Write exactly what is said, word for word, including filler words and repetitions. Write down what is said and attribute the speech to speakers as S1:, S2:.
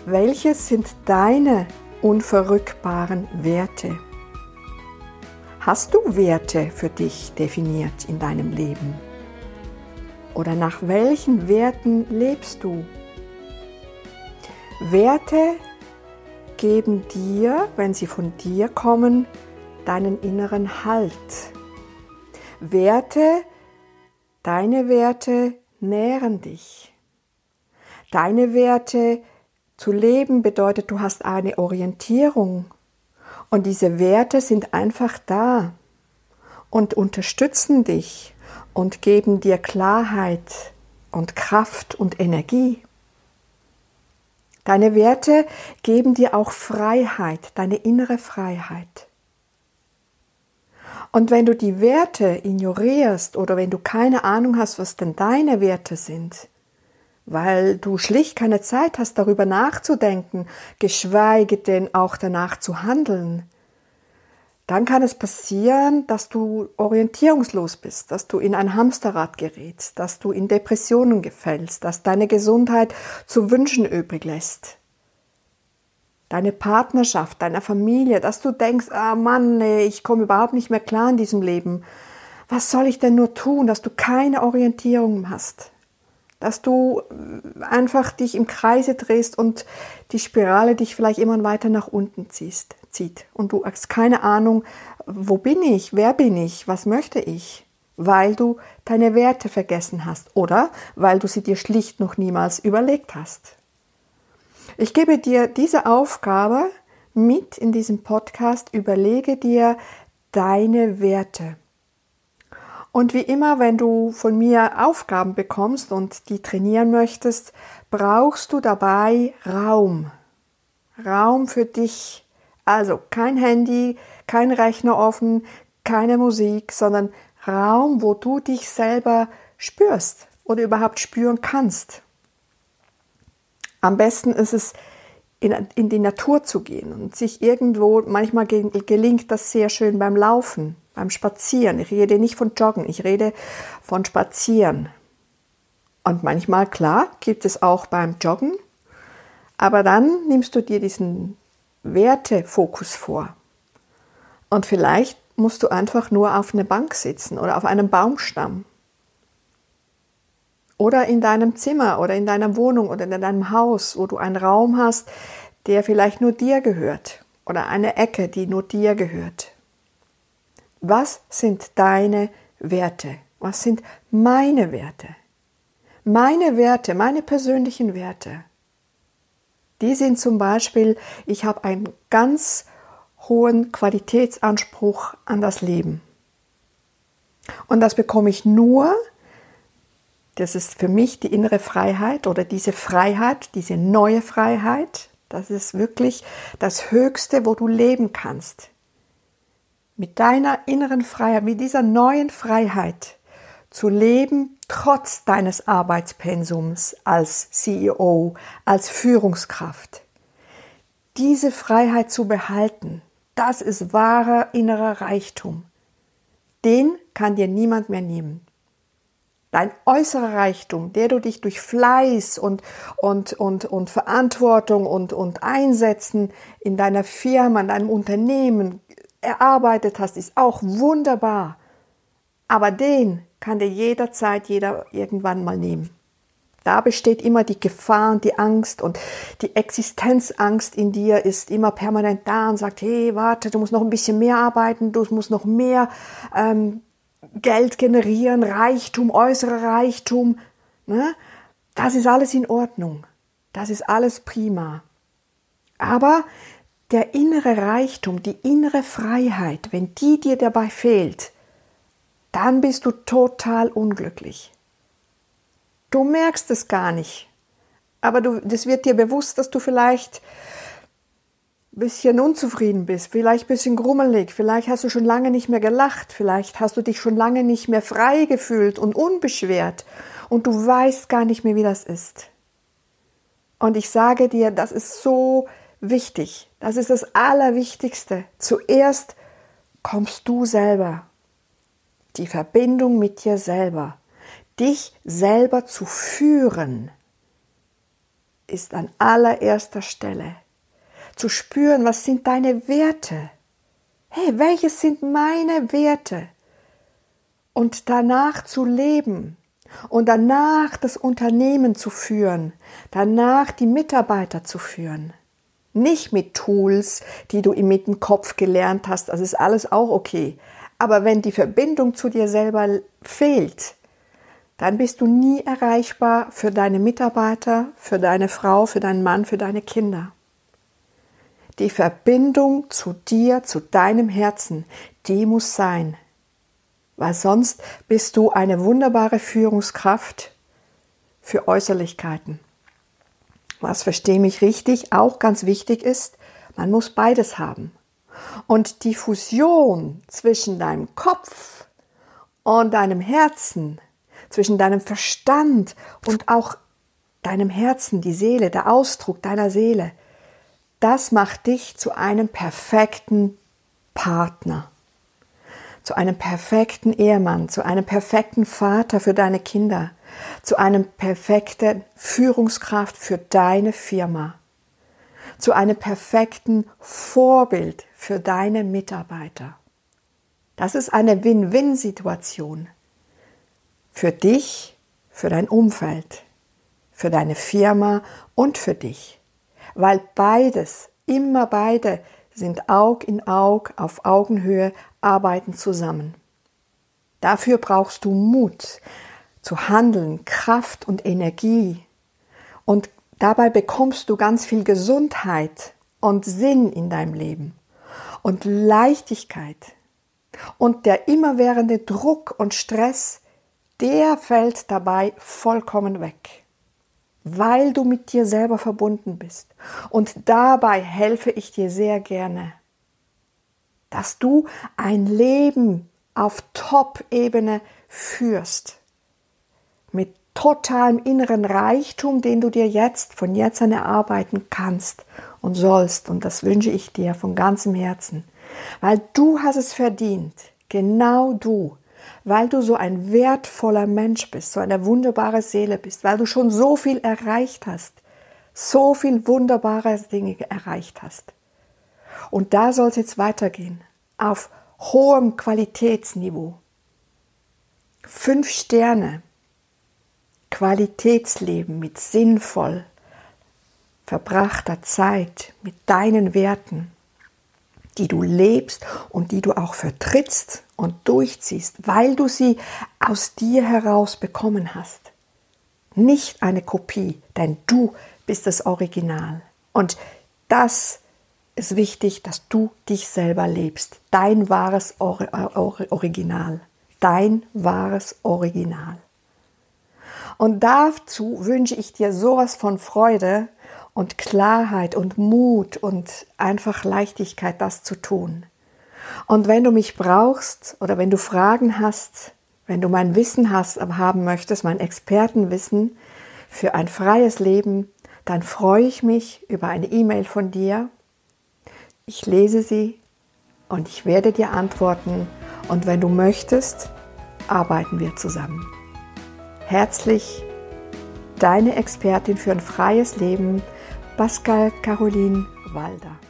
S1: Welches sind deine unverrückbaren Werte? Hast du Werte für dich definiert in deinem Leben? Oder nach welchen Werten lebst du? Werte geben dir, wenn sie von dir kommen, deinen inneren Halt. Werte, deine Werte nähren dich. Deine Werte zu leben bedeutet, du hast eine Orientierung. Und diese Werte sind einfach da und unterstützen dich und geben dir Klarheit und Kraft und Energie. Deine Werte geben dir auch Freiheit, deine innere Freiheit. Und wenn du die Werte ignorierst oder wenn du keine Ahnung hast, was denn deine Werte sind, weil du schlicht keine Zeit hast, darüber nachzudenken, geschweige denn auch danach zu handeln, dann kann es passieren, dass du orientierungslos bist, dass du in ein Hamsterrad gerätst, dass du in Depressionen gefällst, dass deine Gesundheit zu wünschen übrig lässt. Deine Partnerschaft, deine Familie, dass du denkst, ah Mann, nee, ich komme überhaupt nicht mehr klar in diesem Leben. Was soll ich denn nur tun, dass du keine Orientierung hast? Dass du einfach dich im Kreise drehst und die Spirale dich vielleicht immer weiter nach unten ziehst, zieht. Und du hast keine Ahnung, wo bin ich, wer bin ich, was möchte ich, weil du deine Werte vergessen hast oder weil du sie dir schlicht noch niemals überlegt hast. Ich gebe dir diese Aufgabe mit in diesem Podcast, überlege dir deine Werte. Und wie immer, wenn du von mir Aufgaben bekommst und die trainieren möchtest, brauchst du dabei Raum. Raum für dich. Also kein Handy, kein Rechner offen, keine Musik, sondern Raum, wo du dich selber spürst oder überhaupt spüren kannst. Am besten ist es, in, in die Natur zu gehen und sich irgendwo, manchmal gelingt das sehr schön beim Laufen, beim Spazieren. Ich rede nicht von Joggen, ich rede von Spazieren. Und manchmal, klar, gibt es auch beim Joggen, aber dann nimmst du dir diesen Wertefokus vor. Und vielleicht musst du einfach nur auf einer Bank sitzen oder auf einem Baumstamm. Oder in deinem Zimmer oder in deiner Wohnung oder in deinem Haus, wo du einen Raum hast, der vielleicht nur dir gehört. Oder eine Ecke, die nur dir gehört. Was sind deine Werte? Was sind meine Werte? Meine Werte, meine persönlichen Werte, die sind zum Beispiel, ich habe einen ganz hohen Qualitätsanspruch an das Leben. Und das bekomme ich nur, das ist für mich die innere Freiheit oder diese Freiheit, diese neue Freiheit, das ist wirklich das Höchste, wo du leben kannst. Mit deiner inneren Freiheit, mit dieser neuen Freiheit zu leben, trotz deines Arbeitspensums als C E O, als Führungskraft. Diese Freiheit zu behalten, das ist wahrer innerer Reichtum. Den kann dir niemand mehr nehmen. Dein äußerer Reichtum, der du dich durch Fleiß und, und, und, und Verantwortung und, und Einsetzen in deiner Firma, in deinem Unternehmen erarbeitet hast, ist auch wunderbar. Aber den kann dir jederzeit jeder irgendwann mal nehmen. Da besteht immer die Gefahr und die Angst und die Existenzangst in dir ist immer permanent da und sagt, hey, warte, du musst noch ein bisschen mehr arbeiten, du musst noch mehr ähm, Geld generieren, Reichtum, äußerer Reichtum. Ne? Das ist alles in Ordnung. Das ist alles prima. Aber der innere Reichtum, die innere Freiheit, wenn die dir dabei fehlt, dann bist du total unglücklich. Du merkst es gar nicht, aber du, das wird dir bewusst, dass du vielleicht ein bisschen unzufrieden bist, vielleicht ein bisschen grummelig, vielleicht hast du schon lange nicht mehr gelacht, vielleicht hast du dich schon lange nicht mehr frei gefühlt und unbeschwert und du weißt gar nicht mehr, wie das ist. Und ich sage dir, das ist so wichtig, das ist das Allerwichtigste. Zuerst kommst du selber, die Verbindung mit dir selber, dich selber zu führen, ist an allererster Stelle. Zu spüren, was sind deine Werte? Hey, welches sind meine Werte? Und danach zu leben und danach das Unternehmen zu führen, danach die Mitarbeiter zu führen. Nicht mit Tools, die du mit dem Kopf gelernt hast, das ist alles auch okay. Aber wenn die Verbindung zu dir selber fehlt, dann bist du nie erreichbar für deine Mitarbeiter, für deine Frau, für deinen Mann, für deine Kinder. Die Verbindung zu dir, zu deinem Herzen, die muss sein. Weil sonst bist du eine wunderbare Führungskraft für Äußerlichkeiten. Was, verstehe mich richtig, auch ganz wichtig ist, man muss beides haben. Und die Fusion zwischen deinem Kopf und deinem Herzen, zwischen deinem Verstand und auch deinem Herzen, die Seele, der Ausdruck deiner Seele, das macht dich zu einem perfekten Partner, zu einem perfekten Ehemann, zu einem perfekten Vater für deine Kinder, zu einem perfekten Führungskraft für deine Firma, zu einem perfekten Vorbild für deine Mitarbeiter. Das ist eine Win-Win-Situation. Für dich, für dein Umfeld, für deine Firma und für dich. Weil beides, immer beide, sind Aug in Aug, auf Augenhöhe, arbeiten zusammen. Dafür brauchst du Mut zu handeln, Kraft und Energie. Und dabei bekommst du ganz viel Gesundheit und Sinn in deinem Leben und Leichtigkeit. Und der immerwährende Druck und Stress, der fällt dabei vollkommen weg, weil du mit dir selber verbunden bist. Und dabei helfe ich dir sehr gerne, dass du ein Leben auf Top-Ebene führst, mit totalem inneren Reichtum, den du dir jetzt, von jetzt an erarbeiten kannst und sollst. Und das wünsche ich dir von ganzem Herzen, weil du hast es verdient, genau du, weil du so ein wertvoller Mensch bist, so eine wunderbare Seele bist, weil du schon so viel erreicht hast, so viel wunderbare Dinge erreicht hast. Und da soll es jetzt weitergehen, auf hohem Qualitätsniveau. Fünf Sterne, Qualitätsleben mit sinnvoll verbrachter Zeit, mit deinen Werten, die du lebst und die du auch vertrittst und durchziehst, weil du sie aus dir heraus bekommen hast. Nicht eine Kopie, denn du bist das Original. Und das ist wichtig, dass du dich selber lebst. Dein wahres Or- Or- Original. Dein wahres Original. Und dazu wünsche ich dir sowas von Freude und Klarheit und Mut und einfach Leichtigkeit, das zu tun. Und wenn du mich brauchst oder wenn du Fragen hast, wenn du mein Wissen hast, aber haben möchtest, mein Expertenwissen für ein freies Leben, dann freue ich mich über eine E-Mail von dir. Ich lese sie und ich werde dir antworten. Und wenn du möchtest, arbeiten wir zusammen. Herzlich, deine Expertin für ein freies Leben, Pascal Caroline Walder.